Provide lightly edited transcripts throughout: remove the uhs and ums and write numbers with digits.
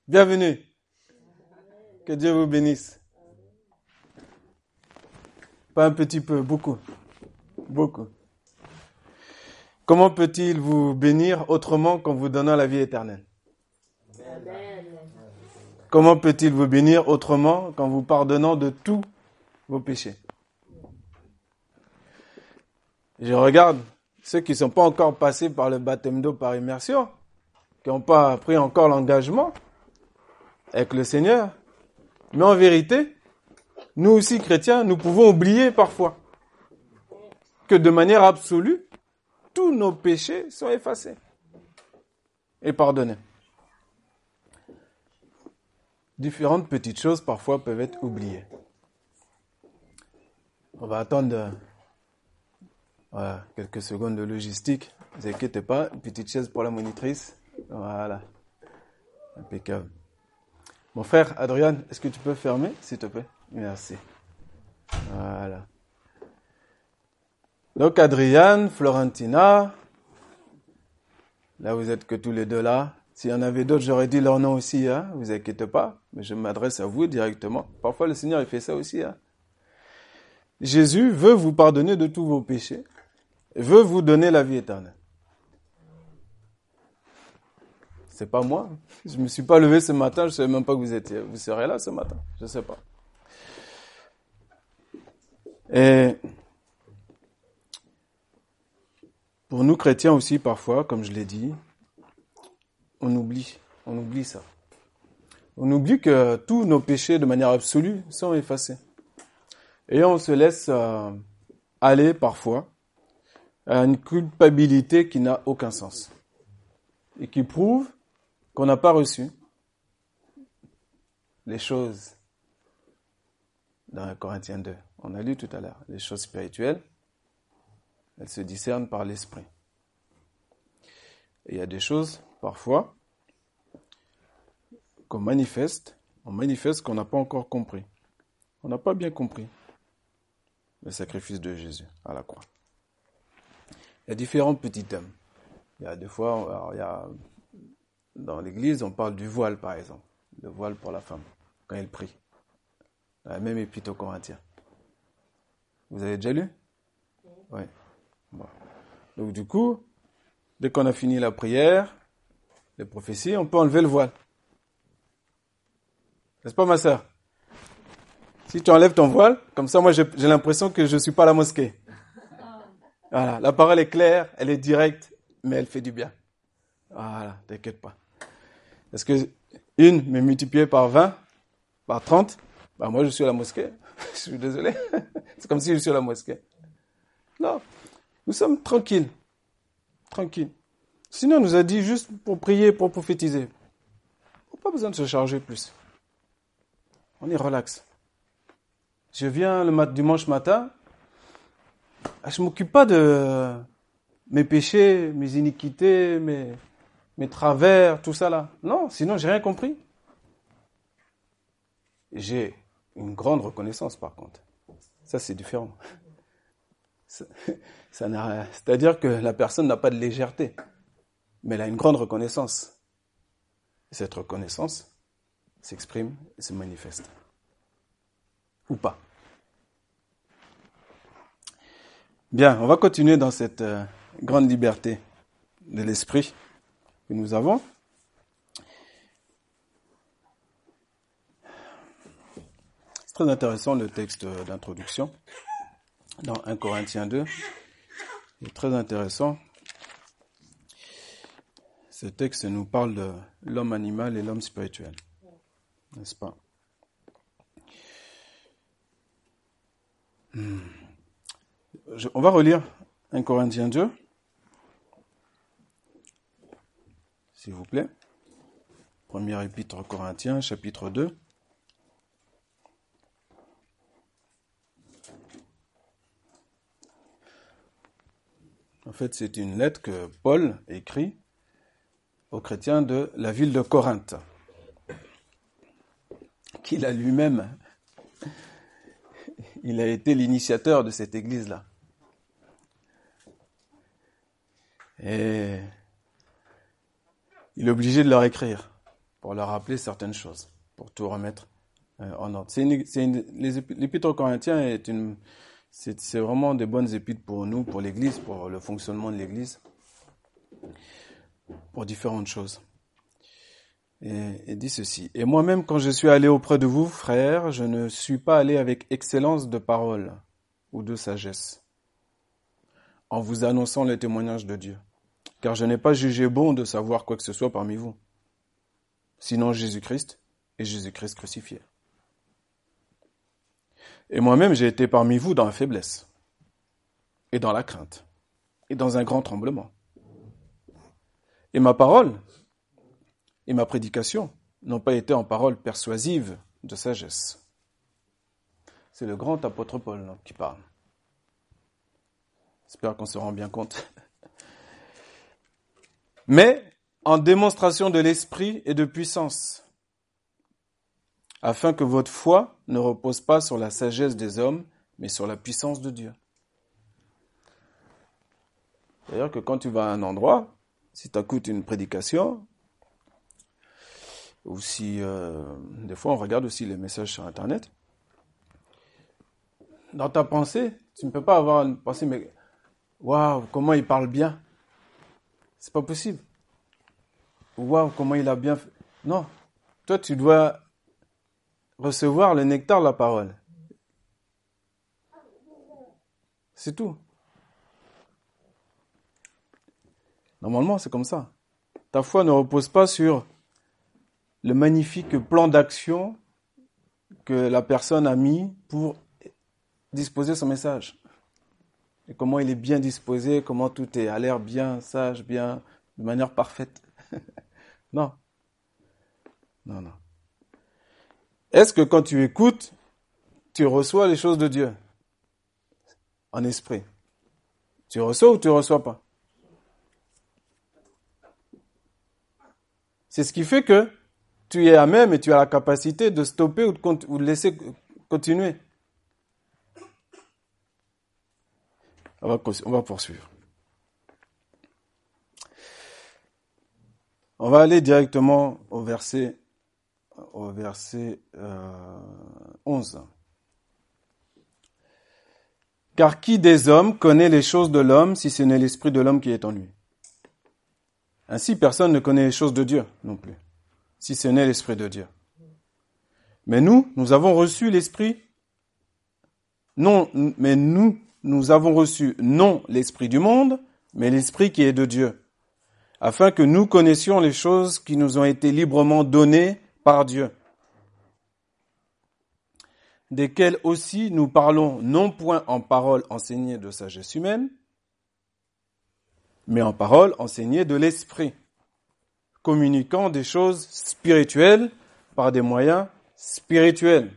Bienvenue. Que Dieu vous bénisse. Pas un petit peu, beaucoup. Beaucoup. Comment peut-il vous bénir autrement qu'en vous donnant la vie éternelle? Comment peut-il vous bénir autrement qu'en vous pardonnant de tous vos péchés? Je regarde ceux qui ne sont pas encore passés par le baptême d'eau par immersion, qui n'ont pas pris encore l'engagement avec le Seigneur. Mais en vérité, nous aussi chrétiens, nous pouvons oublier parfois que de manière absolue, tous nos péchés sont effacés et pardonnés. Différentes petites choses parfois peuvent être oubliées. On va attendre quelques secondes de logistique. Ne vous inquiétez pas, une petite chaise pour la monitrice. Voilà, impeccable. Mon frère Adrien, est-ce que tu peux fermer, s'il te plaît? Merci. Voilà. Donc Adrien, Florentina, là vous êtes que tous les deux là. S'il y en avait d'autres, j'aurais dit leur nom aussi, hein, vous inquiétez pas, mais je m'adresse à vous directement. Parfois le Seigneur il fait ça aussi. Hein. Jésus veut vous pardonner de tous vos péchés, veut vous donner la vie éternelle. C'est pas moi, je me suis pas levé ce matin, je savais même pas que vous étiez. Vous serez là ce matin, je sais pas. Et pour nous chrétiens aussi, parfois, comme je l'ai dit, on oublie ça. On oublie que tous nos péchés, de manière absolue, sont effacés. Et on se laisse aller, parfois, à une culpabilité qui n'a aucun sens. Et qui prouve qu'on n'a pas reçu les choses dans Corinthiens 2. On a lu tout à l'heure, les choses spirituelles, elles se discernent par l'esprit. Et il y a des choses, parfois, on manifeste qu'on n'a pas encore compris. On n'a pas bien compris le sacrifice de Jésus à la croix. Il y a différents petits thèmes. Il y a des fois, dans l'église, on parle du voile, par exemple. Le voile pour la femme, quand elle prie. Dans la même épître aux Corinthiens. Vous avez déjà lu? Oui. Bon. Donc du coup, dès qu'on a fini la prière, les prophéties, on peut enlever le voile. N'est-ce pas, ma sœur? Si tu enlèves ton voile, comme ça, moi, j'ai l'impression que je ne suis pas à la mosquée. Voilà, la parole est claire, elle est directe, mais elle fait du bien. Voilà, t'inquiète pas. Parce que une mais multipliée par 20, par 30, bah moi, je suis à la mosquée. Je suis désolé. C'est comme si je suis à la mosquée. Non, nous sommes tranquilles. Tranquilles. Sinon, on nous a dit juste pour prier, pour prophétiser. On n'a pas besoin de se charger plus. On est relax. Je viens le dimanche matin, je ne m'occupe pas de mes péchés, mes iniquités, mes travers, tout ça là. Non, sinon j'ai rien compris. J'ai une grande reconnaissance par contre. Ça c'est différent. C'est-à-dire que la personne n'a pas de légèreté, mais elle a une grande reconnaissance. Et cette reconnaissance s'exprime et se manifeste. Ou pas. Bien, on va continuer dans cette grande liberté de l'esprit que nous avons. C'est très intéressant le texte d'introduction dans 1 Corinthiens 2. Il est très intéressant. Ce texte nous parle de l'homme animal et l'homme spirituel. N'est-ce pas? On va relire 1 Corinthiens 2, s'il vous plaît. Première épître aux Corinthiens, chapitre 2. En fait, c'est une lettre que Paul écrit aux chrétiens de la ville de Corinthe, qu'il a lui-même, il a été l'initiateur de cette église-là. Et il est obligé de leur écrire pour leur rappeler certaines choses, pour tout remettre en ordre. L'Épître aux Corinthiens c'est vraiment des bonnes épîtres pour nous, pour l'Église, pour le fonctionnement de l'Église, pour différentes choses. Et dit ceci. Et moi-même, quand je suis allé auprès de vous, frères, je ne suis pas allé avec excellence de parole ou de sagesse, en vous annonçant le témoignage de Dieu. Car je n'ai pas jugé bon de savoir quoi que ce soit parmi vous, sinon Jésus-Christ et Jésus-Christ crucifié. Et moi-même, j'ai été parmi vous dans la faiblesse, et dans la crainte, et dans un grand tremblement. Et ma parole et ma prédication n'ont pas été en paroles persuasives de sagesse. C'est le grand apôtre Paul qui parle. J'espère qu'on se rend bien compte. Mais en démonstration de l'esprit et de puissance, afin que votre foi ne repose pas sur la sagesse des hommes, mais sur la puissance de Dieu. C'est-à-dire que quand tu vas à un endroit, si tu écoutes une prédication, ou si, des fois on regarde aussi les messages sur Internet, dans ta pensée, tu ne peux pas avoir une pensée, mais waouh, comment il parle bien. C'est pas possible. Waouh, comment il a bien fait. Non, toi tu dois recevoir le nectar de la parole. C'est tout. Normalement, c'est comme ça. Ta foi ne repose pas sur le magnifique plan d'action que la personne a mis pour disposer son message. Et comment il est bien disposé, comment tout a l'air bien, sage, bien, de manière parfaite. Non. Non, non. Est-ce que quand tu écoutes, tu reçois les choses de Dieu en esprit? Tu reçois ou tu ne reçois pas? C'est ce qui fait que tu es à même et tu as la capacité de stopper ou de laisser continuer. On va poursuivre. On va aller directement au verset 11. Car qui des hommes connaît les choses de l'homme si ce n'est l'esprit de l'homme qui est en lui? Ainsi, personne ne connaît les choses de Dieu non plus, si ce n'est l'esprit de Dieu. Mais nous avons reçu l'esprit, nous avons reçu non l'esprit du monde, mais l'esprit qui est de Dieu, afin que nous connaissions les choses qui nous ont été librement données par Dieu, desquelles aussi nous parlons non point en parole enseignée de sagesse humaine, mais en parole enseignée de l'esprit, communiquant des choses spirituelles par des moyens spirituels.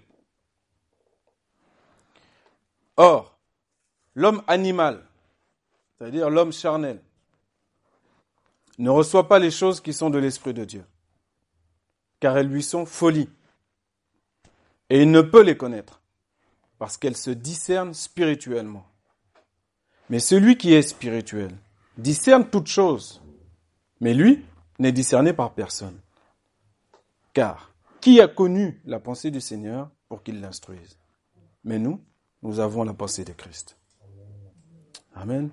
Or, l'homme animal, c'est-à-dire l'homme charnel, ne reçoit pas les choses qui sont de l'Esprit de Dieu, car elles lui sont folie. Et il ne peut les connaître, parce qu'elles se discernent spirituellement. Mais celui qui est spirituel discerne toutes choses, mais lui n'est discerné par personne. Car qui a connu la pensée du Seigneur pour qu'il l'instruise? Mais nous avons la pensée de Christ. Amen.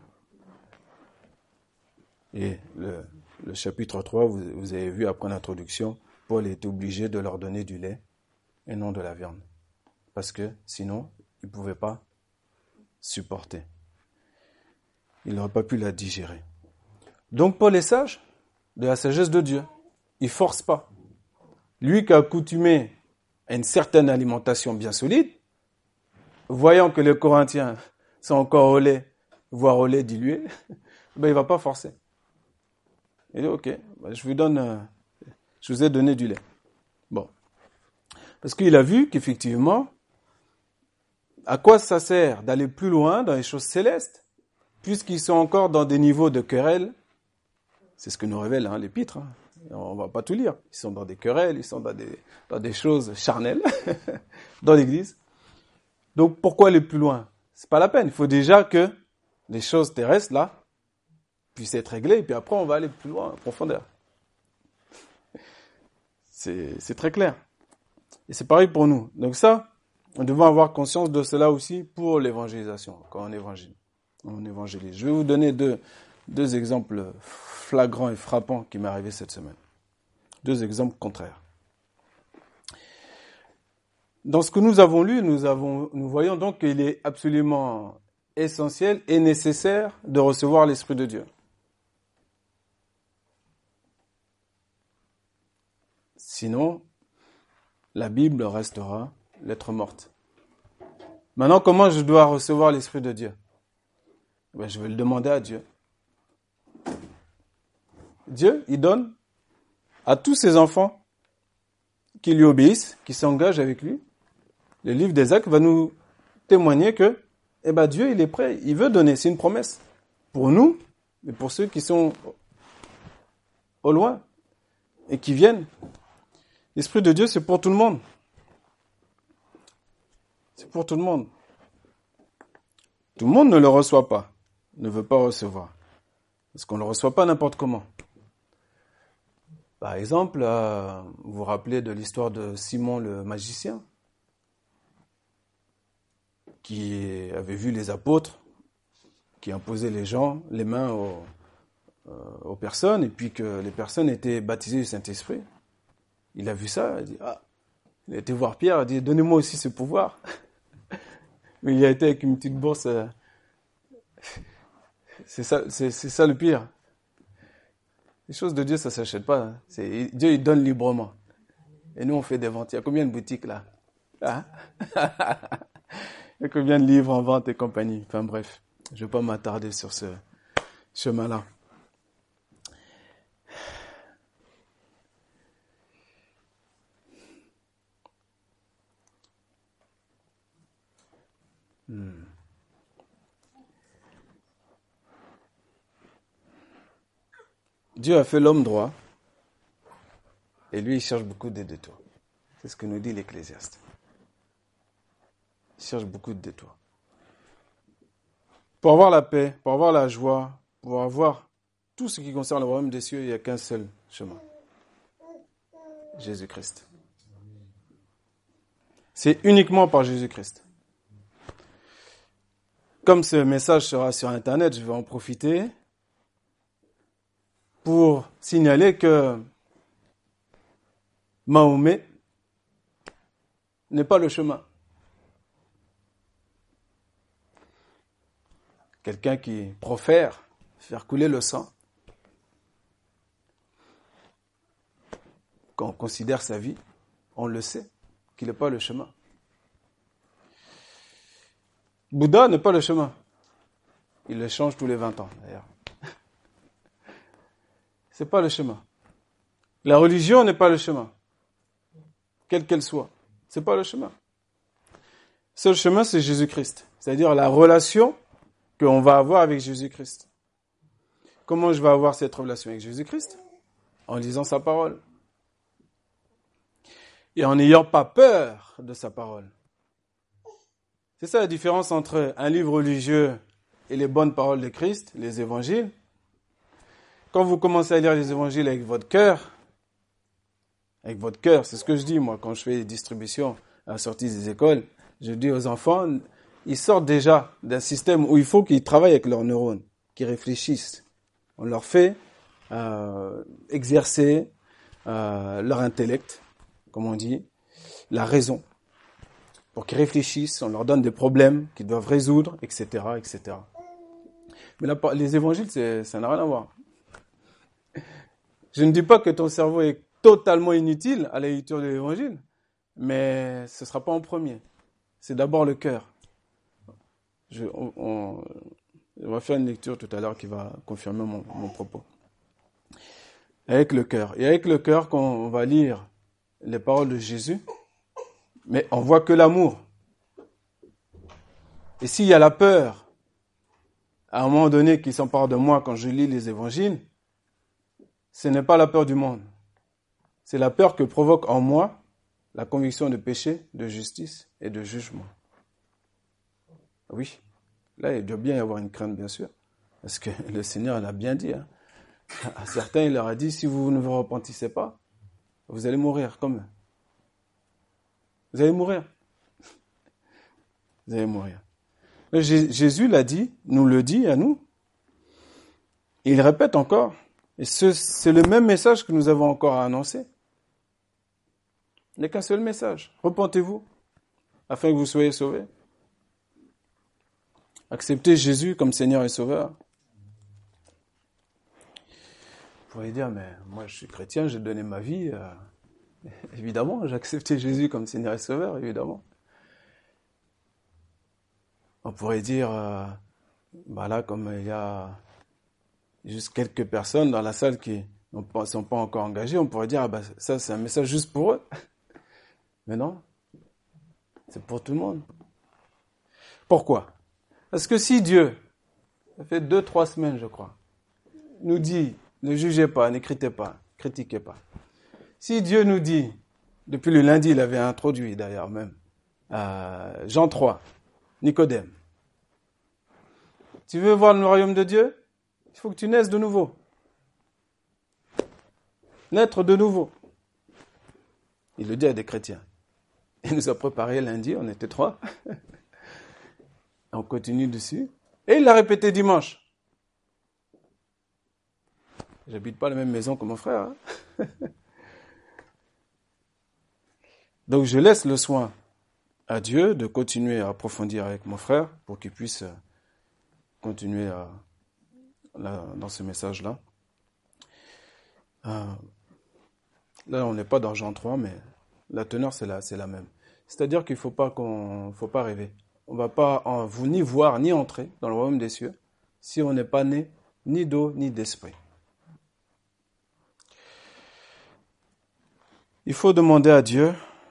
Et le chapitre 3, vous avez vu après l'introduction, Paul est obligé de leur donner du lait et non de la viande. Parce que sinon, il ne pouvait pas supporter. Il n'aurait pas pu la digérer. Donc Paul est sage, de la sagesse de Dieu. Il ne force pas. Lui qui a accoutumé à une certaine alimentation bien solide, voyant que les Corinthiens sont encore au lait, voire au lait dilué, ben il ne va pas forcer. Il dit, ok, je vous ai donné du lait. Bon. Parce qu'il a vu qu'effectivement, à quoi ça sert d'aller plus loin dans les choses célestes, puisqu'ils sont encore dans des niveaux de querelle. C'est ce que nous révèle l'Épître. On ne va pas tout lire. Ils sont dans des querelles, ils sont dans des choses charnelles dans l'Église. Donc pourquoi aller plus loin? C'est pas la peine. Il faut déjà que les choses terrestres, là, puissent être réglées, et puis après on va aller plus loin, en profondeur. C'est très clair. Et c'est pareil pour nous. Donc ça, nous devons avoir conscience de cela aussi pour l'évangélisation, quand on évangélise. Je vais vous donner deux exemples flagrants et frappants qui m'est arrivé cette semaine. Deux exemples contraires. Dans ce que nous avons lu, nous voyons donc qu'il est absolument essentiel et nécessaire de recevoir l'Esprit de Dieu. Sinon, la Bible restera lettre morte. Maintenant, comment je dois recevoir l'Esprit de Dieu? Je vais le demander à Dieu. Dieu, il donne à tous ses enfants qui lui obéissent, qui s'engagent avec lui. Le livre des Actes va nous témoigner que Dieu, il est prêt, il veut donner, c'est une promesse. Pour nous, mais pour ceux qui sont au loin et qui viennent. L'Esprit de Dieu, c'est pour tout le monde. C'est pour tout le monde. Tout le monde ne le reçoit pas, ne veut pas recevoir. Parce qu'on ne le reçoit pas n'importe comment. Par exemple, vous vous rappelez de l'histoire de Simon le magicien, qui avait vu les apôtres, qui imposaient les mains aux personnes, et puis que les personnes étaient baptisées du Saint-Esprit. Il a vu ça, il a été voir Pierre, il a dit, donnez-moi aussi ce pouvoir. Mais il a été avec une petite bourse. C'est ça le pire. Les choses de Dieu, ça ne s'achète pas. Hein. Dieu, il donne librement. Et nous, on fait des ventes. Il y a combien de boutiques là? Hein? Il y a combien de livres en vente et compagnie? Enfin bref, je ne vais pas m'attarder sur ce chemin-là. Dieu a fait l'homme droit et lui, il cherche beaucoup de détours. C'est ce que nous dit l'Ecclésiaste. Il cherche beaucoup de détours. Pour avoir la paix, pour avoir la joie, pour avoir tout ce qui concerne le royaume des cieux, il n'y a qu'un seul chemin. Jésus-Christ. C'est uniquement par Jésus-Christ. Comme ce message sera sur Internet, je vais en profiter pour signaler que Mahomet n'est pas le chemin. Quelqu'un qui profère faire couler le sang, quand on considère sa vie, on le sait qu'il n'est pas le chemin. Bouddha n'est pas le chemin. Il le change tous les 20 ans, d'ailleurs. C'est pas le chemin. La religion n'est pas le chemin. Quelle qu'elle soit. C'est pas le chemin. Le seul chemin, c'est Jésus-Christ. C'est-à-dire la relation qu'on va avoir avec Jésus-Christ. Comment je vais avoir cette relation avec Jésus-Christ? En lisant sa parole. Et en n'ayant pas peur de sa parole. C'est ça la différence entre un livre religieux et les bonnes paroles de Christ, les évangiles. Quand vous commencez à lire les évangiles avec votre cœur, c'est ce que je dis moi quand je fais des distributions à la sortie des écoles, je dis aux enfants, ils sortent déjà d'un système où il faut qu'ils travaillent avec leurs neurones, qu'ils réfléchissent. On leur fait exercer leur intellect, comme on dit, la raison, pour qu'ils réfléchissent, on leur donne des problèmes qu'ils doivent résoudre, etc., etc. Mais là, les évangiles, ça n'a rien à voir. Je ne dis pas que ton cerveau est totalement inutile à la lecture de l'évangile, mais ce ne sera pas en premier. C'est d'abord le cœur. On va faire une lecture tout à l'heure qui va confirmer mon propos. Avec le cœur. Et avec le cœur, quand on va lire les paroles de Jésus, mais on voit que l'amour. Et s'il y a la peur, à un moment donné, qui s'empare de moi quand je lis les évangiles, ce n'est pas la peur du monde. C'est la peur que provoque en moi la conviction de péché, de justice et de jugement. Oui, là, il doit bien y avoir une crainte, bien sûr, parce que le Seigneur l'a bien dit. Hein. À certains, il leur a dit, si vous ne vous repentissez pas, Vous allez mourir comme eux. Vous allez mourir. Vous allez mourir. Jésus l'a dit, nous le dit à nous. Et il répète encore. Et c'est le même message que nous avons encore à annoncer. Il n'y a qu'un seul message. Repentez-vous, afin que vous soyez sauvés. Acceptez Jésus comme Seigneur et Sauveur. Vous pourriez dire, mais moi je suis chrétien, j'ai donné ma vie. Évidemment, j'ai accepté Jésus comme Seigneur et Sauveur, évidemment. On pourrait dire, là, comme il y a juste quelques personnes dans la salle qui ne sont pas encore engagées, on pourrait dire, ça c'est un message juste pour eux. Mais non, c'est pour tout le monde. Pourquoi ? Parce que si Dieu, ça fait 2-3 semaines je crois, nous dit, ne jugez pas, n'écritez pas, critiquez pas. Si Dieu nous dit, depuis le lundi il avait introduit d'ailleurs même, Jean 3, Nicodème, tu veux voir le royaume de Dieu ? Il faut que tu naisses de nouveau. Naître de nouveau. Il le dit à des chrétiens. Il nous a préparé lundi, on était 3. On continue dessus. Et il l'a répété dimanche. J'habite pas la même maison que mon frère. Donc je laisse le soin à Dieu de continuer à approfondir avec mon frère pour qu'il puisse continuer dans ce message-là. Là, on n'est pas dans Jean 3, mais la teneur, c'est la même. C'est-à-dire qu'il faut pas rêver. On ne va pas vous ni voir ni entrer dans le royaume des cieux si on n'est pas né ni d'eau ni d'esprit. Il faut demander à Dieu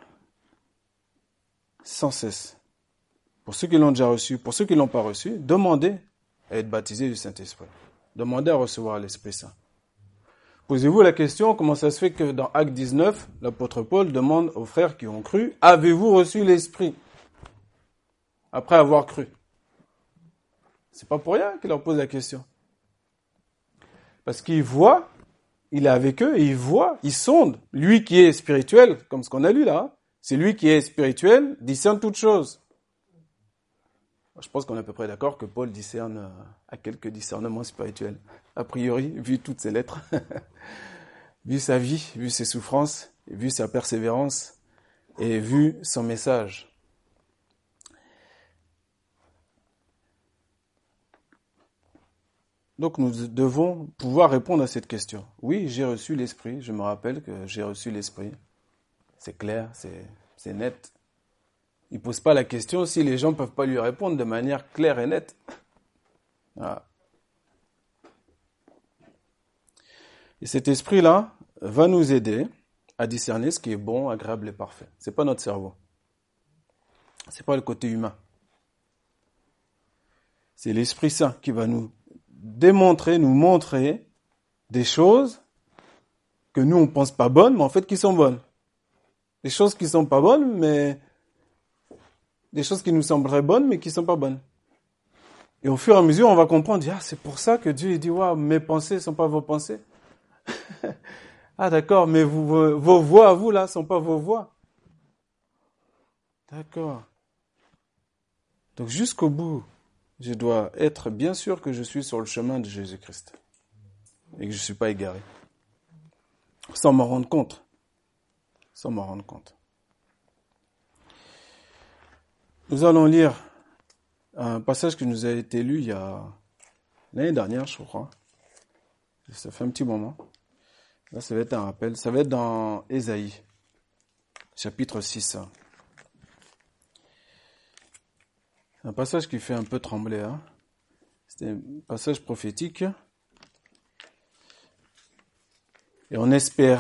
sans cesse. Pour ceux qui l'ont déjà reçu, pour ceux qui ne l'ont pas reçu, demandez à être baptisés du Saint-Esprit. Demandez à recevoir l'Esprit Saint. Posez-vous la question, comment ça se fait que dans Acte 19, l'apôtre Paul demande aux frères qui ont cru, avez-vous reçu l'Esprit après avoir cru? C'est pas pour rien qu'il leur pose la question. Parce qu'il voit, il est avec eux, et il voit, il sonde. Lui qui est spirituel, comme ce qu'on a lu là, c'est lui qui est spirituel, discerne toutes choses. Je pense qu'on est à peu près d'accord que Paul discerne à quelques discernements spirituels. A priori, vu toutes ses lettres, vu sa vie, vu ses souffrances, vu sa persévérance et vu son message. Donc nous devons pouvoir répondre à cette question. Oui, j'ai reçu l'Esprit, je me rappelle que j'ai reçu l'Esprit. C'est clair, c'est net. Il ne pose pas la question si les gens ne peuvent pas lui répondre de manière claire et nette. Voilà. Et cet esprit-là va nous aider à discerner ce qui est bon, agréable et parfait. Ce n'est pas notre cerveau. Ce n'est pas le côté humain. C'est l'Esprit Saint qui va nous démontrer, nous montrer des choses que nous, on ne pense pas bonnes, mais en fait qui sont bonnes. Des choses qui ne sont pas bonnes, mais des choses qui nous sembleraient bonnes, mais qui ne sont pas bonnes. Et au fur et à mesure, on va comprendre, c'est pour ça que Dieu dit, waouh, mes pensées ne sont pas vos pensées. Ah d'accord, mais vos voix à vous, là, ne sont pas vos voix. D'accord. Donc jusqu'au bout, je dois être bien sûr que je suis sur le chemin de Jésus-Christ. Et que je ne suis pas égaré. Sans m'en rendre compte. Sans m'en rendre compte. Nous allons lire un passage qui nous a été lu il y a l'année dernière, je crois. Ça fait un petit moment. Là, ça va être un rappel. Ça va être dans Ésaïe, chapitre 6. C'est un passage qui fait un peu trembler. C'est un passage prophétique. Et on espère,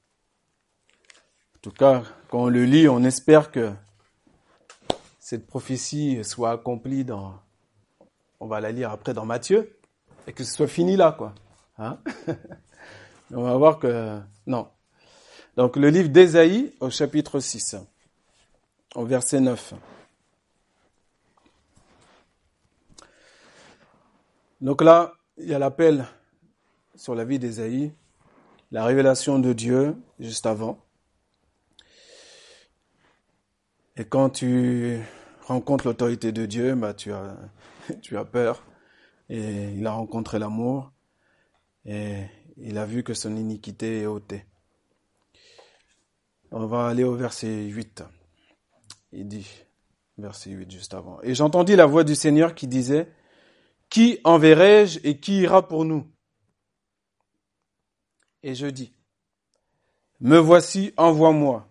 en tout cas, quand on le lit, on espère que cette prophétie soit accomplie on va la lire après dans Matthieu, et que ce soit fini là, quoi. On va voir que, non. Donc, le livre d'Ésaïe, au chapitre 6, au verset 9. Donc là, il y a l'appel sur la vie d'Ésaïe, la révélation de Dieu, juste avant. Et quand tu rencontres l'autorité de Dieu, tu as peur. Et il a rencontré l'amour. Et il a vu que son iniquité est ôtée. On va aller au verset 8. Il dit, verset 8 juste avant. Et j'entendis la voix du Seigneur qui disait, qui enverrai-je et qui ira pour nous? Et je dis, me voici, envoie-moi.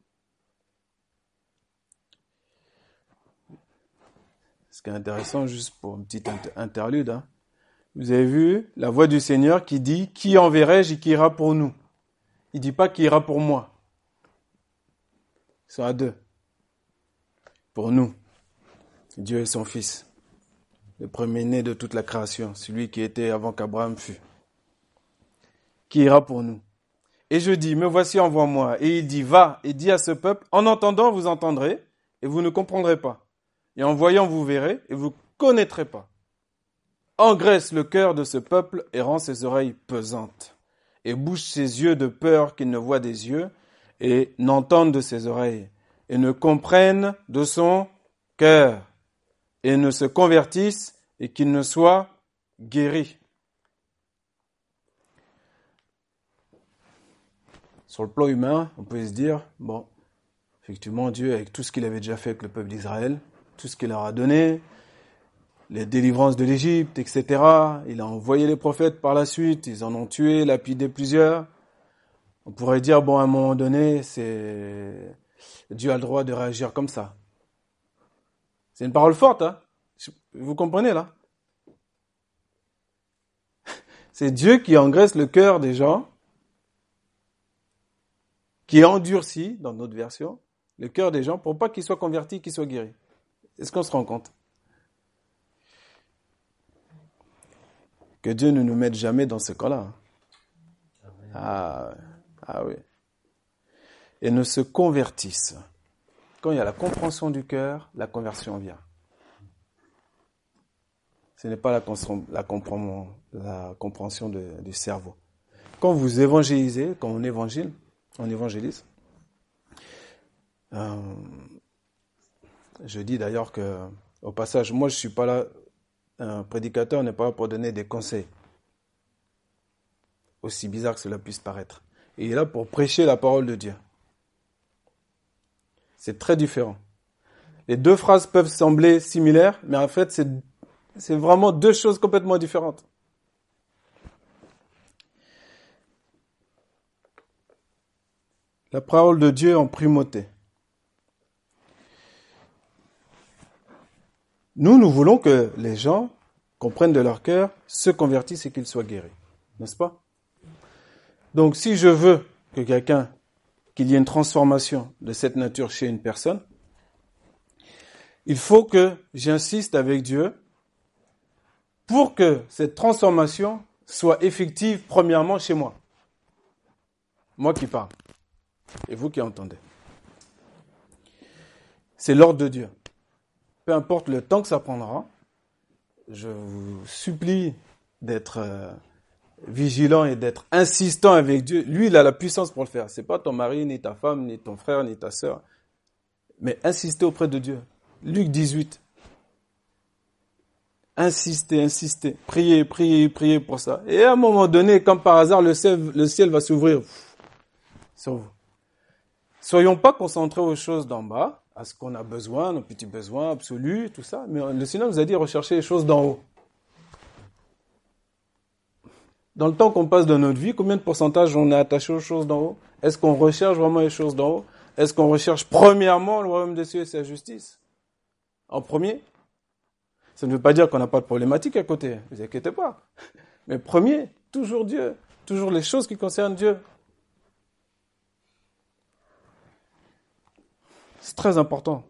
Ce qui est intéressant, juste pour une petite interlude, vous avez vu la voix du Seigneur qui dit, qui enverrai-je et qui ira pour nous? Il dit pas qui ira pour moi. Ils sont à deux. Pour nous, Dieu et son Fils, le premier-né de toute la création, celui qui était avant qu'Abraham fût. Qui ira pour nous? Et je dis, me voici, envoie-moi. Et il dit, va et dis à ce peuple, en entendant vous entendrez et vous ne comprendrez pas. Et en voyant vous verrez et vous connaîtrez pas. Engraisse le cœur de ce peuple et rend ses oreilles pesantes. Et bouche ses yeux de peur qu'ils ne voient des yeux et n'entendent de ses oreilles. Et ne comprennent de son cœur. Et ne se convertissent et qu'ils ne soient guéris. Sur le plan humain, on peut se dire, bon, effectivement, Dieu, avec tout ce qu'il avait déjà fait avec le peuple d'Israël, tout ce qu'il leur a donné, les délivrances de l'Égypte, etc., il a envoyé les prophètes par la suite, ils en ont tué, lapidé plusieurs. On pourrait dire, bon, à un moment donné, Dieu a le droit de réagir comme ça. C'est une parole forte, hein? Vous comprenez, là? C'est Dieu qui engraisse le cœur des gens, qui endurcit, dans notre version, le cœur des gens pour pas qu'ils soient convertis, qu'ils soient guéris. Est-ce qu'on se rend compte? Que Dieu ne nous mette jamais dans ce cas-là. Ah oui. Et ne se convertissent. Quand il y a la compréhension du cœur, la conversion vient. Ce n'est pas la compréhension du cerveau. Quand vous évangélisez, quand on évangélise, je dis d'ailleurs que, au passage, moi je suis pas là, un prédicateur n'est pas là pour donner des conseils, aussi bizarre que cela puisse paraître. Et il est là pour prêcher la parole de Dieu. C'est très différent. Les deux phrases peuvent sembler similaires, mais en fait, c'est vraiment deux choses complètement différentes. La parole de Dieu en primauté. Nous voulons que les gens comprennent de leur cœur, se convertissent et qu'ils soient guéris. N'est-ce pas? Donc, si je veux qu'il y ait une transformation de cette nature chez une personne, il faut que j'insiste avec Dieu pour que cette transformation soit effective premièrement chez moi. Moi qui parle. Et vous qui entendez. C'est l'ordre de Dieu. Peu importe le temps que ça prendra, je vous supplie d'être vigilant et d'être insistant avec Dieu. Lui, il a la puissance pour le faire. C'est pas ton mari, ni ta femme, ni ton frère, ni ta sœur. Mais insistez auprès de Dieu. Luc 18. Insistez. Priez pour ça. Et à un moment donné, comme par hasard, le ciel va s'ouvrir sur vous. Soyons pas concentrés aux choses d'en bas, à ce qu'on a besoin, nos petits besoins absolus, tout ça. Mais le Seigneur nous a dit rechercher les choses d'en haut. Dans le temps qu'on passe de notre vie, combien de pourcentage on est attaché aux choses d'en haut? Est-ce qu'on recherche vraiment les choses d'en haut? Est-ce qu'on recherche premièrement le royaume des cieux et sa justice? En premier? Ça ne veut pas dire qu'on n'a pas de problématique à côté, ne vous inquiétez pas. Mais premier, toujours Dieu, toujours les choses qui concernent Dieu. C'est très important.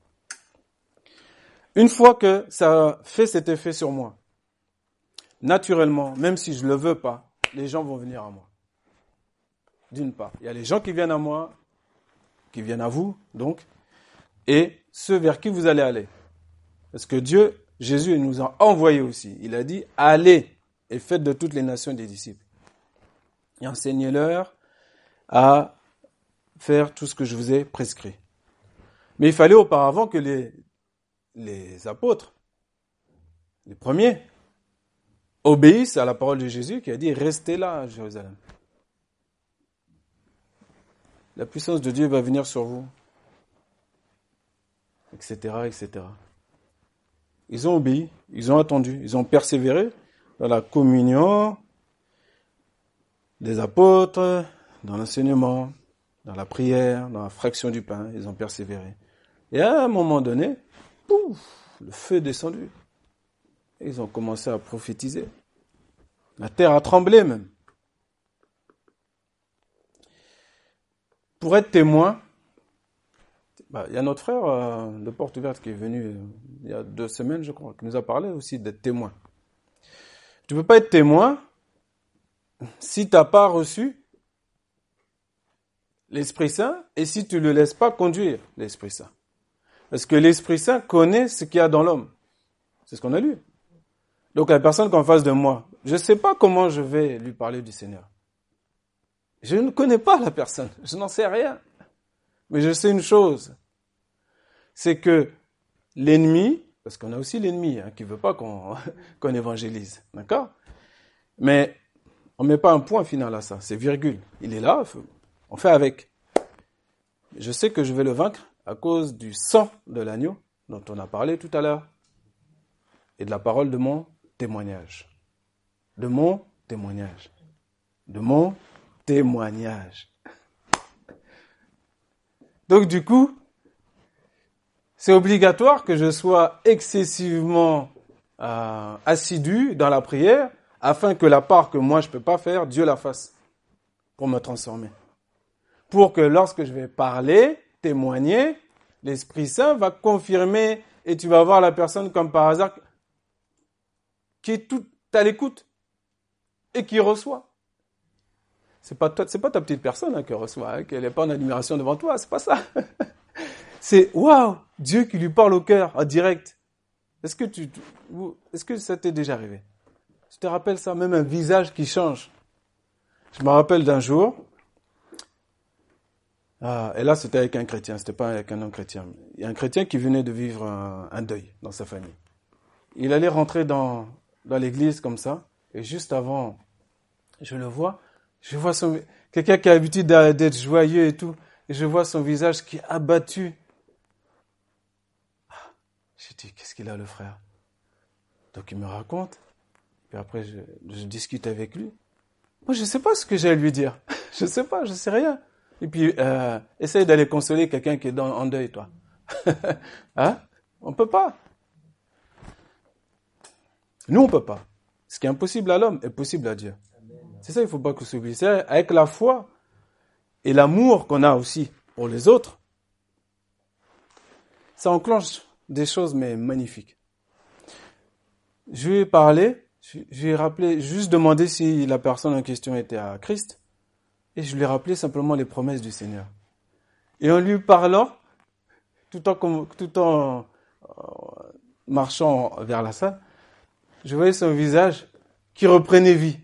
Une fois que ça fait cet effet sur moi, naturellement, même si je ne le veux pas, les gens vont venir à moi. D'une part, il y a les gens qui viennent à moi, qui viennent à vous, donc, et ceux vers qui vous allez aller. Parce que Jésus nous a envoyés aussi. Il a dit, allez et faites de toutes les nations des disciples. Et enseignez-leur à faire tout ce que je vous ai prescrit. Mais il fallait auparavant que les apôtres, les premiers, obéissent à la parole de Jésus qui a dit « Restez là à Jérusalem ». La puissance de Dieu va venir sur vous, etc., etc. Ils ont obéi, ils ont attendu, ils ont persévéré dans la communion des apôtres, dans l'enseignement, dans la prière, dans la fraction du pain. Ils ont persévéré. Et à un moment donné, pouf, le feu est descendu. Et ils ont commencé à prophétiser. La terre a tremblé même. Pour être témoin, il y a notre frère de Porte Ouverte qui est venu il y a 2 semaines, je crois, qui nous a parlé aussi d'être témoin. Tu ne peux pas être témoin si tu n'as pas reçu l'Esprit Saint et si tu ne le laisses pas conduire, l'Esprit Saint. Parce que l'Esprit Saint connaît ce qu'il y a dans l'homme. C'est ce qu'on a lu. Donc la personne qu'en face de moi, je ne sais pas comment je vais lui parler du Seigneur. Je ne connais pas la personne, je n'en sais rien. Mais je sais une chose, c'est que l'ennemi, parce qu'on a aussi l'ennemi qui ne veut pas qu'on évangélise, d'accord? Mais on ne met pas un point final à ça, c'est virgule. Il est là, on fait avec. Je sais que je vais le vaincre à cause du sang de l'agneau dont on a parlé tout à l'heure et de la parole de mon témoignage. De mon témoignage. De mon témoignage. Donc du coup, c'est obligatoire que je sois excessivement assidu dans la prière afin que la part que moi je ne peux pas faire, Dieu la fasse pour me transformer. Pour que lorsque je vais parler, témoigner, l'Esprit Saint va confirmer et tu vas voir la personne comme par hasard qui est tout à l'écoute et qui reçoit. C'est pas ta petite personne qui reçoit, qu'elle n'est pas en admiration devant toi, c'est pas ça. C'est waouh, Dieu qui lui parle au cœur en direct. Est-ce que ça t'est déjà arrivé? Tu te rappelles ça, même un visage qui change. Je me rappelle d'un jour, et là c'était avec un chrétien, c'était pas avec un non-chrétien. Il y a un chrétien qui venait de vivre un deuil dans sa famille. Il allait rentrer dans l'église comme ça, et juste avant, je vois quelqu'un qui a l'habitude d'être joyeux et tout, et je vois son visage qui est abattu. J'ai dit, qu'est-ce qu'il a le frère? Donc il me raconte, puis après je discute avec lui. Moi je sais pas ce que j'ai à lui dire, je sais rien. Et puis essaye d'aller consoler quelqu'un qui est en deuil, toi. Hein? On peut pas. Nous on peut pas. Ce qui est impossible à l'homme est possible à Dieu. C'est ça, il ne faut pas que s'oublie. C'est avec la foi et l'amour qu'on a aussi pour les autres, ça enclenche des choses mais magnifiques. Je lui ai parlé, je lui ai rappelé, juste demandé si la personne en question était à Christ, et je lui ai rappelé simplement les promesses du Seigneur. Et en lui parlant, tout en marchant vers la salle, je voyais son visage qui reprenait vie.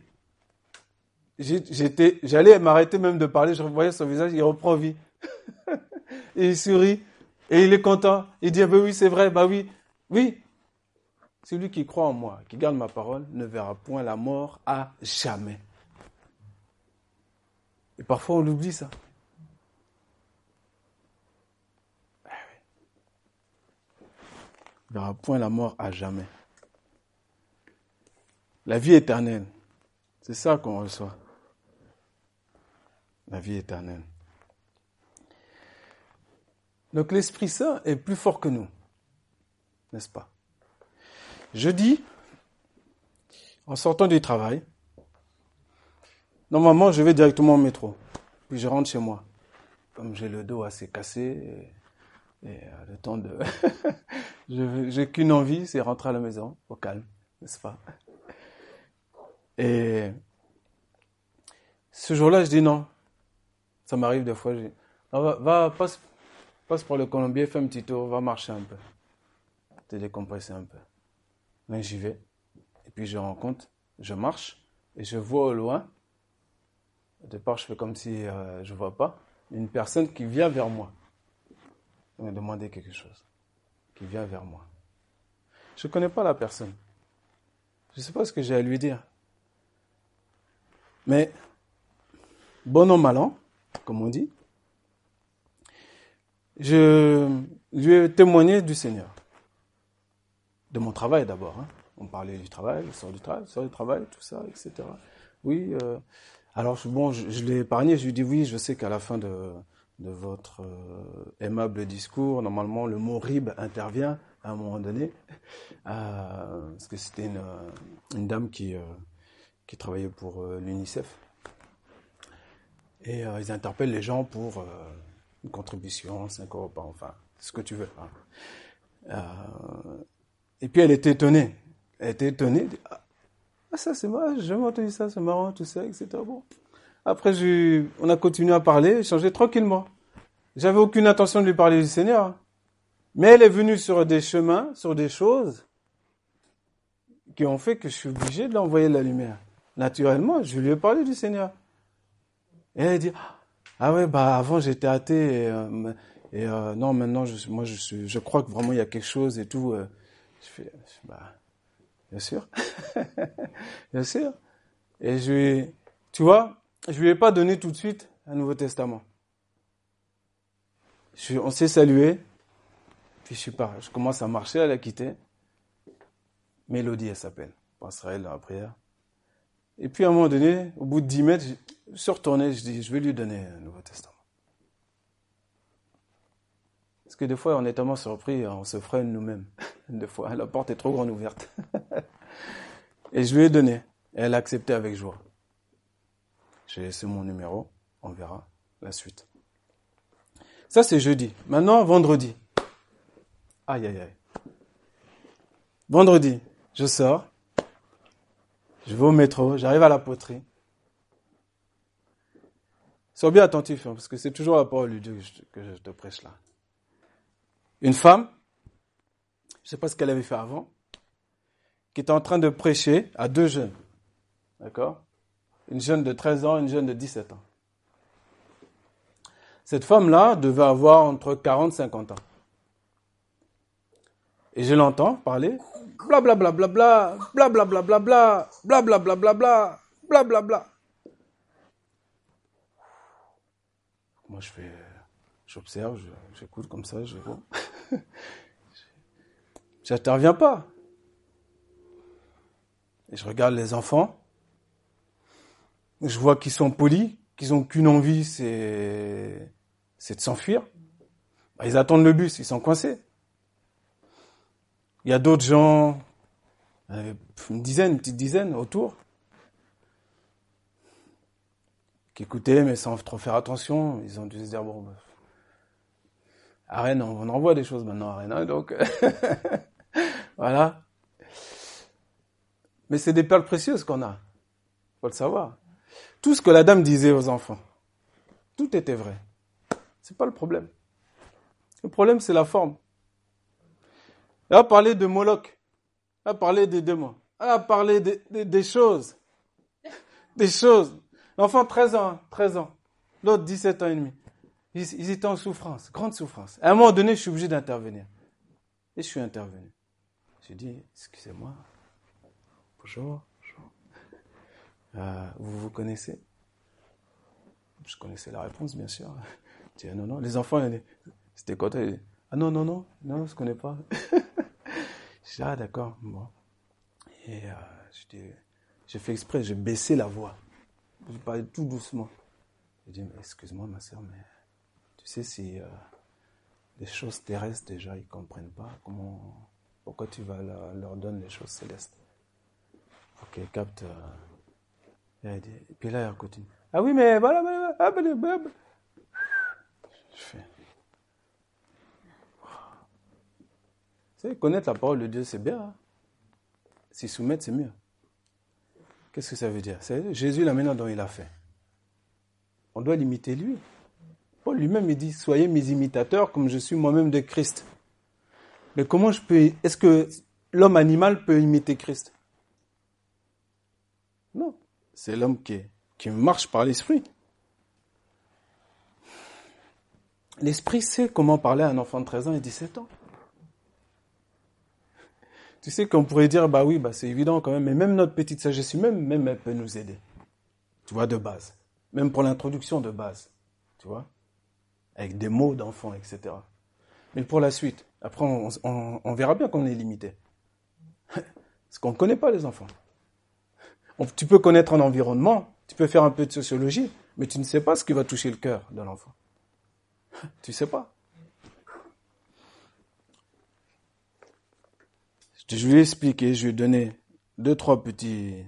J'allais m'arrêter même de parler, je voyais son visage, il reprend vie. Et il sourit, et il est content. Il dit, ah ben oui, c'est vrai, bah oui. Oui. Celui qui croit en moi, qui garde ma parole, ne verra point la mort à jamais. Et parfois on l'oublie ça. Il ne verra point la mort à jamais. La vie éternelle, c'est ça qu'on reçoit. La vie éternelle. Donc l'Esprit Saint est plus fort que nous, n'est-ce pas? Jeudi, en sortant du travail, normalement je vais directement au métro, puis je rentre chez moi. Comme j'ai le dos assez cassé, et le temps de... j'ai qu'une envie, c'est rentrer à la maison, au calme, n'est-ce pas? Et ce jour-là, je dis non. Ça m'arrive des fois, je dis, passe pour le Colombier, fais un petit tour, va marcher un peu. Te décompresser un peu. Là, j'y vais. Et puis, je marche, et je vois au loin. Au départ, je fais comme si je ne vois pas. Une personne qui vient vers moi. de me demander quelque chose qui vient vers moi. Je ne connais pas la personne. Je ne sais pas ce que j'ai à lui dire. Mais, bon an, mal an, comme on dit, je lui ai témoigné du Seigneur. De mon travail d'abord. On parlait du travail, sort du travail, tout ça, etc. Oui, alors je l'ai épargné, je lui ai dit oui, je sais qu'à la fin de votre aimable discours, normalement le mot rib intervient à un moment donné, parce que c'était une dame qui travaillait pour l'UNICEF. Et ils interpellent les gens pour une contribution, 5 € par, enfin, ce que tu veux. Et puis elle était étonnée. Elle était étonnée. Ah, ça c'est marrant, j'ai jamais entendu ça, c'est marrant, tout ça, etc. Bon. Après, on a continué à parler, échanger tranquillement. J'avais aucune intention de lui parler du Seigneur. Mais elle est venue sur des chemins, sur des choses qui ont fait que je suis obligé de l'envoyer de la lumière. Naturellement, je lui ai parlé du Seigneur. Et elle dit, ah ouais, avant j'étais athée et non, maintenant je crois que vraiment il y a quelque chose et tout. Je fais, bien sûr, bien sûr. Et tu vois, je lui ai pas donné tout de suite un Nouveau Testament. On s'est salué, puis je commence à marcher, elle a quitté. Mélodie, elle s'appelle. On passera elle dans la prière. Et puis à un moment donné, au bout de 10 mètres, je suis retourné, je dis, je vais lui donner un Nouveau Testament. Parce que des fois, on est tellement surpris, on se freine nous-mêmes. Des fois, la porte est trop grande ouverte. Et je lui ai donné. Et elle a accepté avec joie. J'ai laissé mon numéro, on verra la suite. Ça, c'est jeudi. Maintenant, vendredi. Aïe, aïe, aïe. Vendredi, je sors. Je vais au métro, j'arrive à la poterie. Sois bien attentif, parce que c'est toujours la parole de Dieu que je te prêche là. Une femme, je ne sais pas ce qu'elle avait fait avant, qui était en train de prêcher à 2 jeunes. D'accord ? Une jeune de 13 ans et une jeune de 17 ans. Cette femme-là devait avoir entre 40 et 50 ans. Et je l'entends parler, blablabla, blablabla, blablabla, blablabla, blablabla. Moi, j'observe, j'écoute comme ça, j'interviens pas. Et je regarde les enfants. Je vois qu'ils sont polis, qu'ils n'ont qu'une envie, c'est de s'enfuir. Ils attendent le bus, ils sont coincés. Il y a d'autres gens, une petite dizaine autour, qui écoutaient, mais sans trop faire attention. Ils ont dû se dire, bon, à Rennes, on en voit des choses maintenant à Rennes, donc voilà. Mais c'est des perles précieuses qu'on a, faut le savoir. Tout ce que la dame disait aux enfants, tout était vrai. C'est pas le problème. Le problème, c'est la forme. Elle a parlé de Moloch, elle a parlé des démons, elle a parlé des choses. Des choses. L'enfant, 13 ans. L'autre, 17 ans et demi. Ils étaient en souffrance, grande souffrance. À un moment donné, je suis obligé d'intervenir. Et je suis intervenu. J'ai dit, excusez-moi. Bonjour. Vous vous connaissez? Je connaissais la réponse, bien sûr. Je dis, non. Les enfants, c'était quoi? Ah non, on se connaît pas. Je dis, ah d'accord, bon. Et j'ai fait exprès, j'ai baissé la voix. Je parlais tout doucement. J'ai dit, excuse-moi ma sœur, mais tu sais si les choses terrestres déjà ils comprennent pas, pourquoi tu vas leur donner les choses célestes? Pour qu'ils captent. Et puis là, elle continue. Ah oui, mais voilà. Je fais. Tu sais, connaître la parole de Dieu, c'est bien. S'y soumettre, c'est mieux. Qu'est-ce que ça veut dire? C'est Jésus, la manière dont il a fait. On doit l'imiter lui. Paul lui-même, il dit, soyez mes imitateurs comme je suis moi-même de Christ. Mais est-ce que l'homme animal peut imiter Christ? Non. C'est l'homme qui marche par l'esprit. L'esprit sait comment parler à un enfant de 13 ans et 17 ans. Tu sais qu'on pourrait dire, bah oui, bah c'est évident quand même, mais même notre petite sagesse humaine, même elle peut nous aider. Tu vois, de base. Même pour l'introduction de base. Tu vois, avec des mots d'enfant, etc. Mais pour la suite, après on verra bien qu'on est limité. Parce qu'on ne connaît pas les enfants. Tu peux connaître un environnement, tu peux faire un peu de sociologie, mais tu ne sais pas ce qui va toucher le cœur de l'enfant. Tu ne sais pas. Je vais expliquer, je vais donner 2-3 petits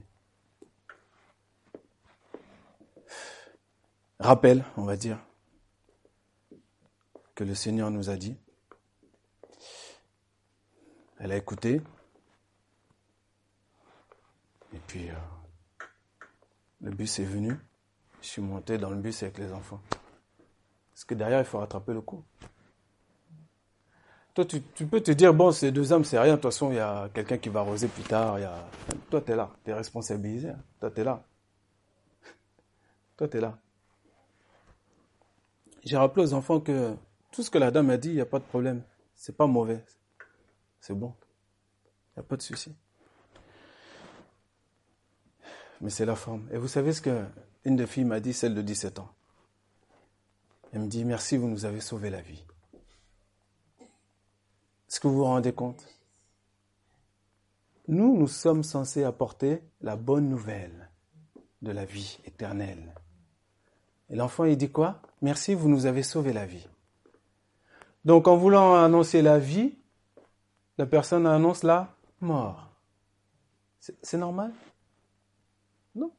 rappels, on va dire, que le Seigneur nous a dit. Elle a écouté. Et puis, le bus est venu. Je suis monté dans le bus avec les enfants. Parce que derrière, il faut rattraper le coup. Toi, tu peux te dire, bon, ces 2 hommes, c'est rien. De toute façon, il y a quelqu'un qui va arroser plus tard. Toi, tu es là. Tu es responsabilisé. Toi, tu es là. Toi, tu es là. J'ai rappelé aux enfants que tout ce que la dame a dit, il n'y a pas de problème. C'est pas mauvais. C'est bon. Il n'y a pas de souci. Mais c'est la forme. Et vous savez ce qu'une des filles m'a dit, celle de 17 ans. Elle me dit, merci, vous nous avez sauvé la vie. Est-ce que vous vous rendez compte? Nous sommes censés apporter la bonne nouvelle de la vie éternelle. Et l'enfant, il dit quoi? Merci, vous nous avez sauvé la vie. Donc, en voulant annoncer la vie, la personne annonce la mort. C'est normal? Non.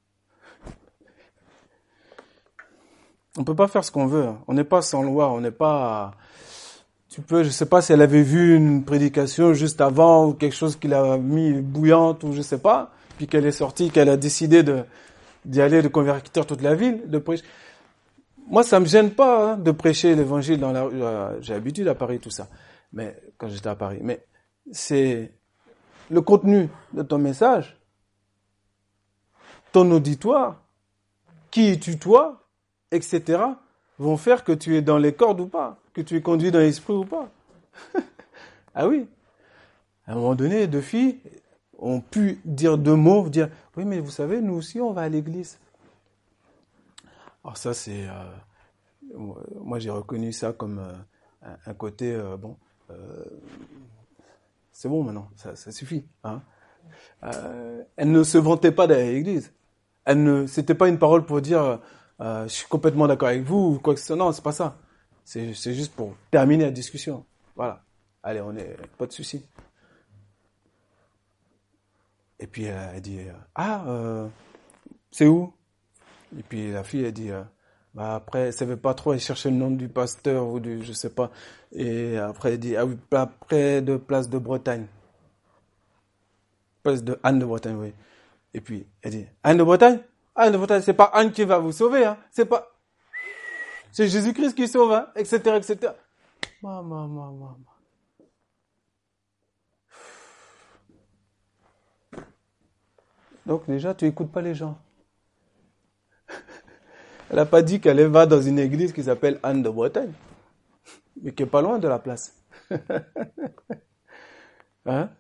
On ne peut pas faire ce qu'on veut. On n'est pas sans loi, on n'est pas... Tu peux, je ne sais pas si elle avait vu une prédication juste avant ou quelque chose qui l'a mis bouillante ou je ne sais pas, puis qu'elle est sortie, qu'elle a décidé d'y aller, de convertir toute la ville, de prêcher. Moi, ça me gêne pas de prêcher l'évangile dans la rue. J'ai l'habitude à Paris, tout ça. Mais quand j'étais à Paris. Mais c'est le contenu de ton message, ton auditoire, qui es-tu toi, etc., vont faire que tu es dans les cordes ou pas, que tu es conduit dans l'esprit ou pas. Ah oui. À un moment donné, 2 filles ont pu dire 2 mots, dire « Oui, mais vous savez, nous aussi, on va à l'église. » Alors ça, c'est... moi, j'ai reconnu ça comme un côté... c'est bon maintenant, ça suffit. Hein. Elle ne se vantait pas d'aller à l'église. C'était pas une parole pour dire je suis complètement d'accord avec vous ou quoi que ce soit. Non, c'est pas ça. C'est juste pour terminer la discussion. Voilà. Allez, pas de souci. Et puis elle dit c'est où? Et puis la fille elle dit après elle savait pas trop, elle cherchait le nom du pasteur ou du je sais pas. Et après elle dit ah oui, près de Place de Bretagne. Place de Anne de Bretagne, oui. Et puis elle dit Anne de Bretagne? Anne de Bretagne, c'est pas Anne qui va vous sauver, hein. C'est Jésus-Christ qui sauve, hein, etc., etc. Maman. Donc déjà, tu écoutes pas les gens. Elle n'a pas dit qu'elle va dans une église qui s'appelle Anne de Bretagne, mais qui est pas loin de la place. Hein?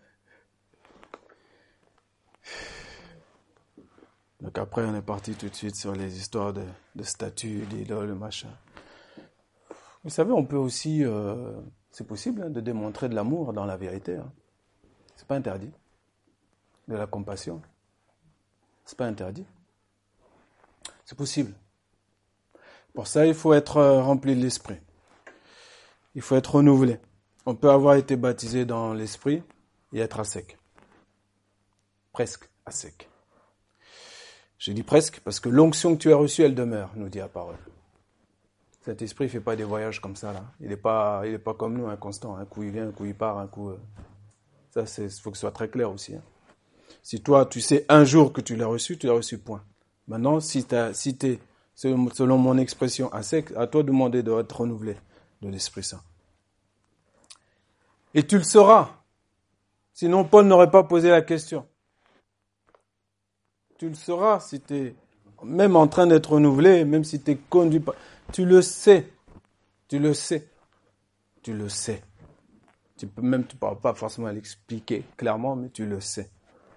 Donc après, on est parti tout de suite sur les histoires de statues, d'idoles, machin. Vous savez, on peut aussi, c'est possible, hein, de démontrer de l'amour dans la vérité. Hein. C'est pas interdit. De la compassion. C'est pas interdit. C'est possible. Pour ça, il faut être rempli de l'esprit. Il faut être renouvelé. On peut avoir été baptisé dans l'esprit et être à sec. Presque à sec. Je dis presque parce que l'onction que tu as reçue, elle demeure, nous dit la parole. Cet esprit ne fait pas des voyages comme ça, là. Il n'est pas comme nous, inconstant. Un coup il vient, un coup il part, un coup... Ça, il faut que ce soit très clair aussi. Hein. Si toi, tu sais un jour que tu l'as reçu, point. Maintenant, si t'es, selon mon expression, à sec, à toi de demander d'être renouvelé de l'Esprit Saint. Et tu le sauras. Sinon, Paul n'aurait pas posé la question. Tu le sauras si tu es même en train d'être renouvelé, même si tu es conduit par... Tu le sais. Tu le sais. Tu le sais. Tu ne pourras pas forcément l'expliquer clairement, mais tu le sais.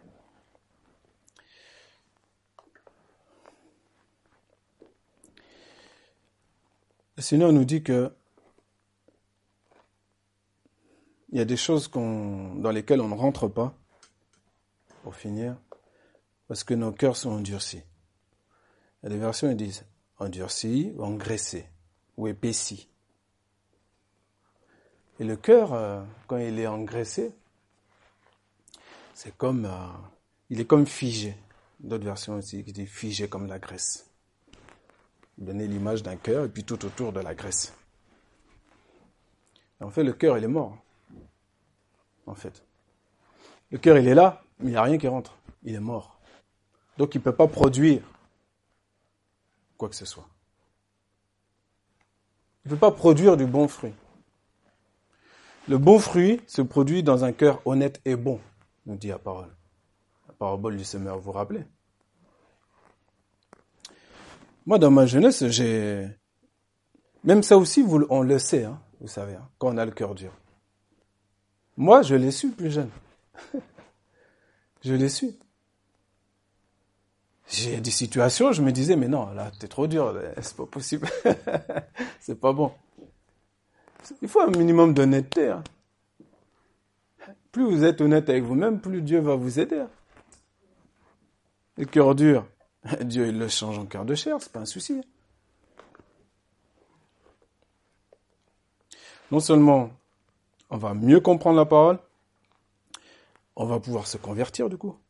Le Seigneur nous dit que il y a des choses dans lesquelles on ne rentre pas, pour finir, parce que nos cœurs sont endurcis. Il y a des versions qui disent endurcis ou engraissés ou épaissis. Et le cœur, quand il est engraissé, c'est comme, il est comme figé. D'autres versions aussi qui disent figé comme la graisse. Donner l'image d'un cœur et puis tout autour de la graisse. Et en fait, le cœur, il est mort. En fait. Le cœur, il est là, mais il n'y a rien qui rentre. Il est mort. Donc, il ne peut pas produire quoi que ce soit. Il ne peut pas produire du bon fruit. Le bon fruit se produit dans un cœur honnête et bon, nous dit la parole. La parabole du semeur, vous vous rappelez? Moi, dans ma jeunesse, même ça aussi, on le sait, hein, vous savez, hein, quand on a le cœur dur. Moi, je l'ai su plus jeune. Je l'ai su. J'ai des situations, je me disais, mais non, là, t'es trop dur, c'est pas possible. C'est pas bon. Il faut un minimum d'honnêteté. Hein. Plus vous êtes honnête avec vous-même, plus Dieu va vous aider. Hein. Le cœur dur, Dieu il le change en cœur de chair, c'est pas un souci. Non seulement on va mieux comprendre la parole, on va pouvoir se convertir du coup.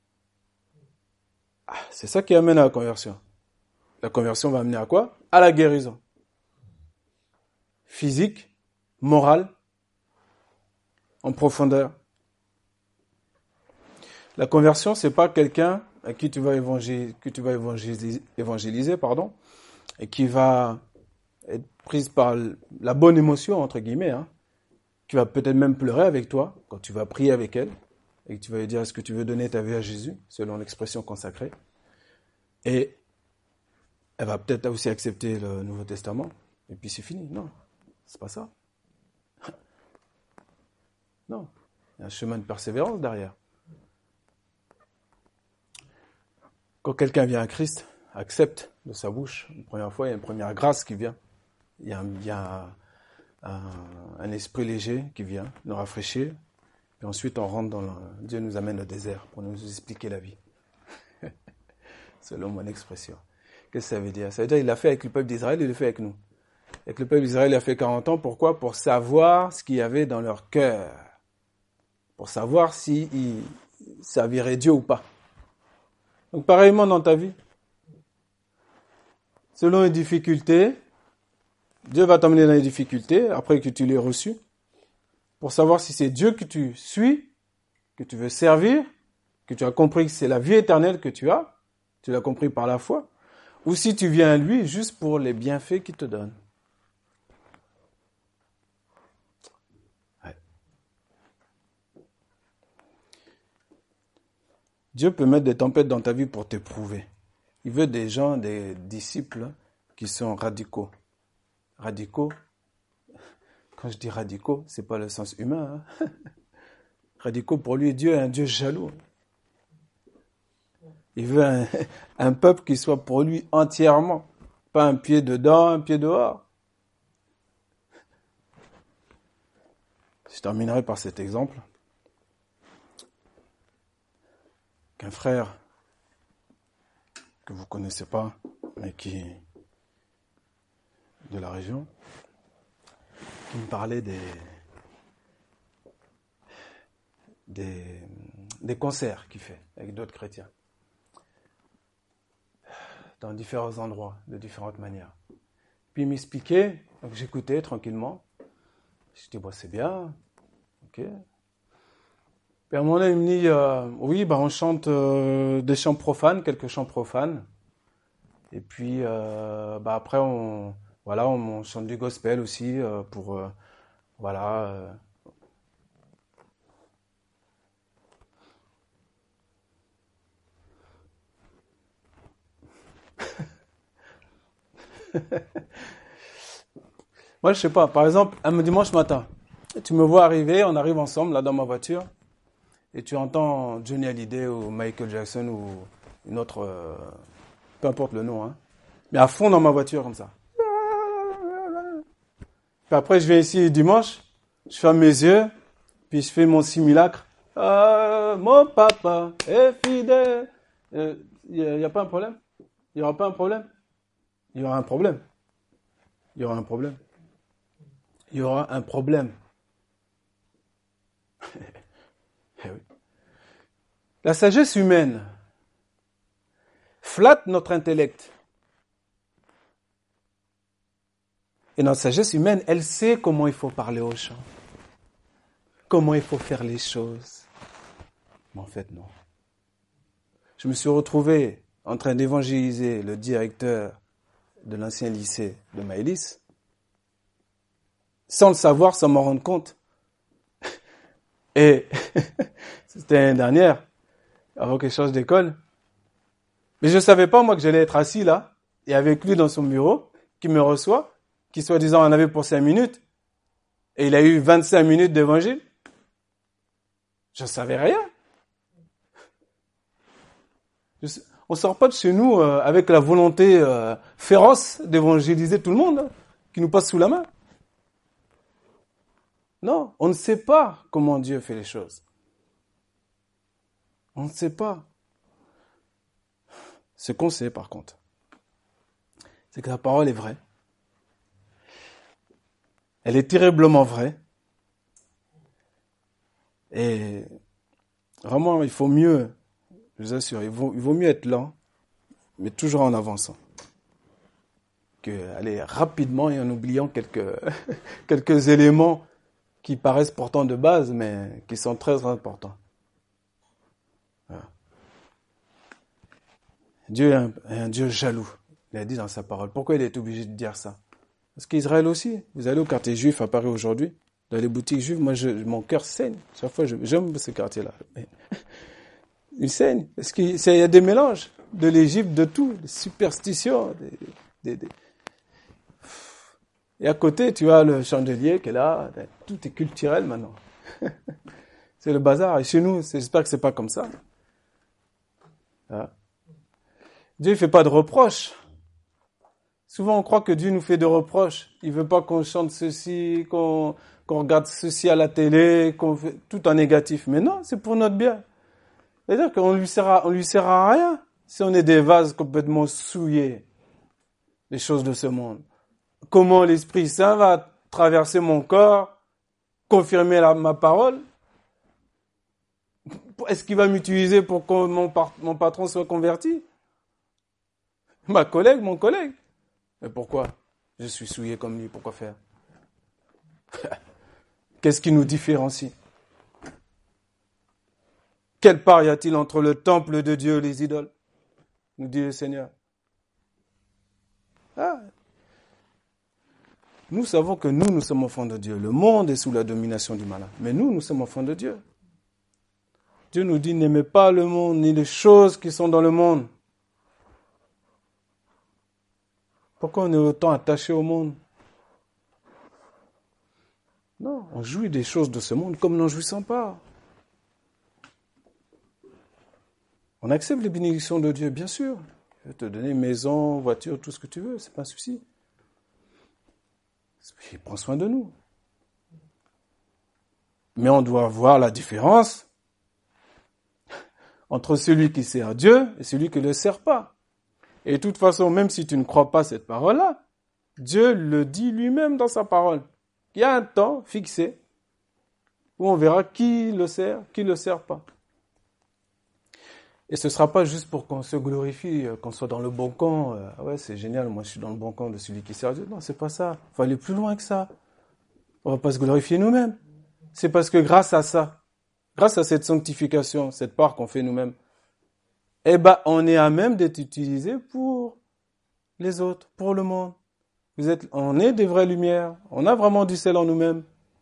C'est ça qui amène à la conversion. La conversion va amener à quoi? À la guérison. Physique, morale, en profondeur. La conversion, c'est pas quelqu'un à qui tu vas évangéliser, et qui va être prise par la bonne émotion, entre guillemets, hein, qui va peut-être même pleurer avec toi quand tu vas prier avec elle, et que tu vas lui dire, est-ce que tu veux donner ta vie à Jésus, selon l'expression consacrée. Et elle va peut-être aussi accepter le Nouveau Testament, et puis c'est fini. Non, c'est pas ça. Non, il y a un chemin de persévérance derrière. Quand quelqu'un vient à Christ, accepte de sa bouche, une première fois, il y a une première grâce qui vient. Il y a un esprit léger qui vient nous rafraîchir. Et ensuite, on rentre Dieu nous amène au désert pour nous expliquer la vie. Selon mon expression. Qu'est-ce que ça veut dire? Ça veut dire qu'il l'a fait avec le peuple d'Israël, il le fait avec nous. Avec le peuple d'Israël, il a fait 40 ans. Pourquoi? Pour savoir ce qu'il y avait dans leur cœur. Pour savoir s'ils serviraient Dieu ou pas. Donc pareillement dans ta vie. Selon les difficultés, Dieu va t'emmener dans les difficultés, après que tu l'aies reçu, pour savoir si c'est Dieu que tu suis, que tu veux servir, que tu as compris que c'est la vie éternelle que tu l'as compris par la foi, ou si tu viens à lui juste pour les bienfaits qu'il te donne. Ouais. Dieu peut mettre des tempêtes dans ta vie pour t'éprouver. Il veut des gens, des disciples qui sont radicaux. Radicaux, quand je dis radicaux, c'est pas le sens humain. Hein. Radicaux, pour lui, Dieu est un Dieu jaloux. Il veut un peuple qui soit pour lui entièrement. Pas un pied dedans, un pied dehors. Je terminerai par cet exemple. Qu'un frère que vous connaissez pas, mais qui est de la région, qui me parlait des concerts qu'il fait avec d'autres chrétiens. Dans différents endroits, de différentes manières. Puis il m'expliquait, donc j'écoutais tranquillement. Je dis, bon, c'est bien, ok. Puis à un moment donné, il me dit, oui, on chante des chants profanes, quelques chants profanes. Et puis, après, on chante du gospel aussi, pour, voilà. Moi, je sais pas. Par exemple, un dimanche matin, tu me vois arriver, on arrive ensemble là dans ma voiture, et tu entends Johnny Hallyday ou Michael Jackson ou une autre, peu importe le nom, hein, mais à fond dans ma voiture comme ça. Puis après, je viens ici dimanche, je ferme mes yeux, puis je fais mon simulacre. Ah, mon papa est fidèle. Il y a pas un problème? Il y aura pas un problème? Il y aura un problème. Il y aura un problème. Il y aura un problème. Eh oui. La sagesse humaine flatte notre intellect. Et notre sagesse humaine, elle sait comment il faut parler aux gens, comment il faut faire les choses. Mais en fait, non. Je me suis retrouvé en train d'évangéliser le directeur de l'ancien lycée de Maëlys, sans le savoir, sans m'en rendre compte. Et c'était l'année dernière, avant que je change d'école. Mais je ne savais pas, moi, que j'allais être assis là, et avec lui dans son bureau, qui me reçoit, qui soi-disant en avait pour 5 minutes, et il a eu 25 minutes d'évangile. Je ne savais rien. On ne sort pas de chez nous avec la volonté féroce d'évangéliser tout le monde, hein, qui nous passe sous la main. Non, on ne sait pas comment Dieu fait les choses. On ne sait pas. Ce qu'on sait, par contre, c'est que la parole est vraie. Elle est terriblement vraie. Et vraiment, il faut mieux, je vous assure, il vaut mieux être lent, mais toujours en avançant, que aller rapidement et en oubliant quelques éléments qui paraissent pourtant de base, mais qui sont très importants. Voilà. Dieu est un Dieu jaloux, il a dit dans sa parole. Pourquoi il est obligé de dire ça? Parce qu'Israël aussi, vous allez au quartier juif à Paris aujourd'hui, dans les boutiques juives, moi mon cœur saigne. Chaque fois, j'aime ce quartier-là. Mais il saigne. Parce qu'il y a des mélanges de l'Égypte, de tout, des superstitions. Et à côté, tu as le chandelier qui est là. Tout est culturel maintenant. C'est le bazar. Et chez nous, j'espère que c'est pas comme ça. Voilà. Dieu ne fait pas de reproches. Souvent, on croit que Dieu nous fait des reproches. Il veut pas qu'on chante ceci, qu'on regarde ceci à la télé, qu'on fait tout en négatif. Mais non, c'est pour notre bien. C'est-à-dire qu'on lui sert à rien si on est des vases complètement souillés des choses de ce monde. Comment l'Esprit Saint va traverser mon corps, confirmer ma parole? Est-ce qu'il va m'utiliser pour que mon patron soit converti? Mon collègue. Mais pourquoi? Je suis souillé comme lui, pourquoi faire? Qu'est-ce qui nous différencie? Quelle part y a-t-il entre le temple de Dieu et les idoles? Nous dit le Seigneur. Nous savons que nous sommes enfants de Dieu. Le monde est sous la domination du malin. Mais nous sommes enfants de Dieu. Dieu nous dit, n'aimez pas le monde, ni les choses qui sont dans le monde. Pourquoi on est autant attaché au monde? Non, on jouit des choses de ce monde comme n'en jouissant pas. On accepte les bénédictions de Dieu, bien sûr. Il va te donner maison, voiture, tout ce que tu veux, c'est pas un souci. Il prend soin de nous. Mais on doit voir la différence entre celui qui sert Dieu et celui qui ne le sert pas. Et de toute façon, même si tu ne crois pas cette parole-là, Dieu le dit lui-même dans sa parole. Il y a un temps fixé où on verra qui le sert, qui ne le sert pas. Et ce ne sera pas juste pour qu'on se glorifie, qu'on soit dans le bon camp. Ouais, c'est génial, moi je suis dans le bon camp de celui qui sert Dieu. Non, c'est pas ça. Il faut aller plus loin que ça. On ne va pas se glorifier nous-mêmes. C'est parce que grâce à ça, grâce à cette sanctification, cette part qu'on fait nous-mêmes, on est à même d'être utilisé pour les autres, pour le monde. On est des vraies lumières. On a vraiment du sel en nous-mêmes.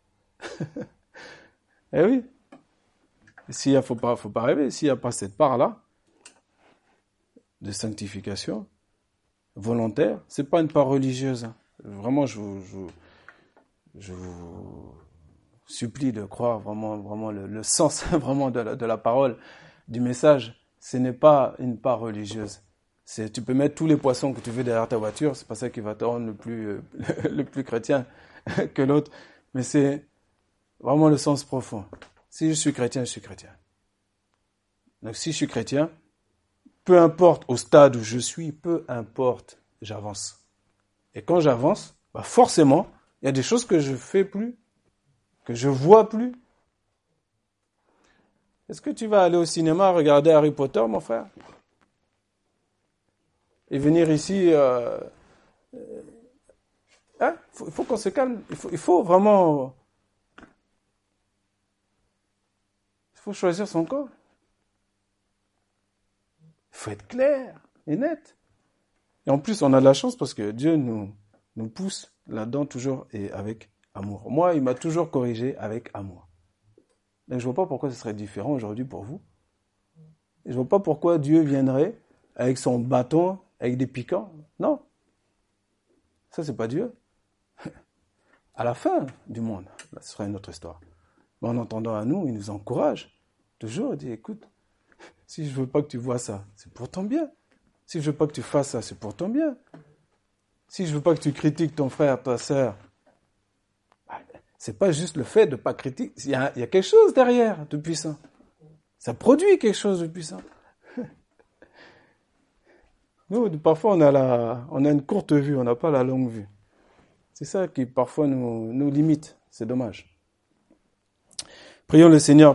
Eh oui. Faut pas rêver. S'il n'y a pas cette part-là de sanctification volontaire, c'est pas une part religieuse. Hein. Vraiment, je je vous supplie de croire vraiment le sens vraiment de la parole, du message. Ce n'est pas une part religieuse. Tu peux mettre tous les poissons que tu veux derrière ta voiture, c'est pas ça qui va te rendre le plus chrétien que l'autre. Mais c'est vraiment le sens profond. Si je suis chrétien, je suis chrétien. Donc si je suis chrétien, peu importe au stade où je suis, peu importe, j'avance. Et quand j'avance, forcément, il y a des choses que je fais plus, que je vois plus. Est-ce que tu vas aller au cinéma regarder Harry Potter, mon frère? Et venir ici... il faut qu'on se calme. Il faut vraiment... Il faut choisir son corps. Il faut être clair et net. Et en plus, on a de la chance parce que Dieu nous pousse là-dedans toujours et avec amour. Moi, il m'a toujours corrigé avec amour. Donc, je ne vois pas pourquoi ce serait différent aujourd'hui pour vous. Et je ne vois pas pourquoi Dieu viendrait avec son bâton, avec des piquants. Non. Ça, c'est pas Dieu. À la fin du monde, là, ce sera une autre histoire. Mais en entendant à nous, il nous encourage. Toujours, il dit, écoute, si je veux pas que tu vois ça, c'est pour ton bien. Si je veux pas que tu fasses ça, c'est pour ton bien. Si je veux pas que tu critiques ton frère, ta sœur, c'est pas juste le fait de pas critiquer. Il y a quelque chose derrière de puissant. Ça produit quelque chose de puissant. Nous, parfois, on a une courte vue, on n'a pas la longue vue. C'est ça qui, parfois, nous limite. C'est dommage. Prions le Seigneur.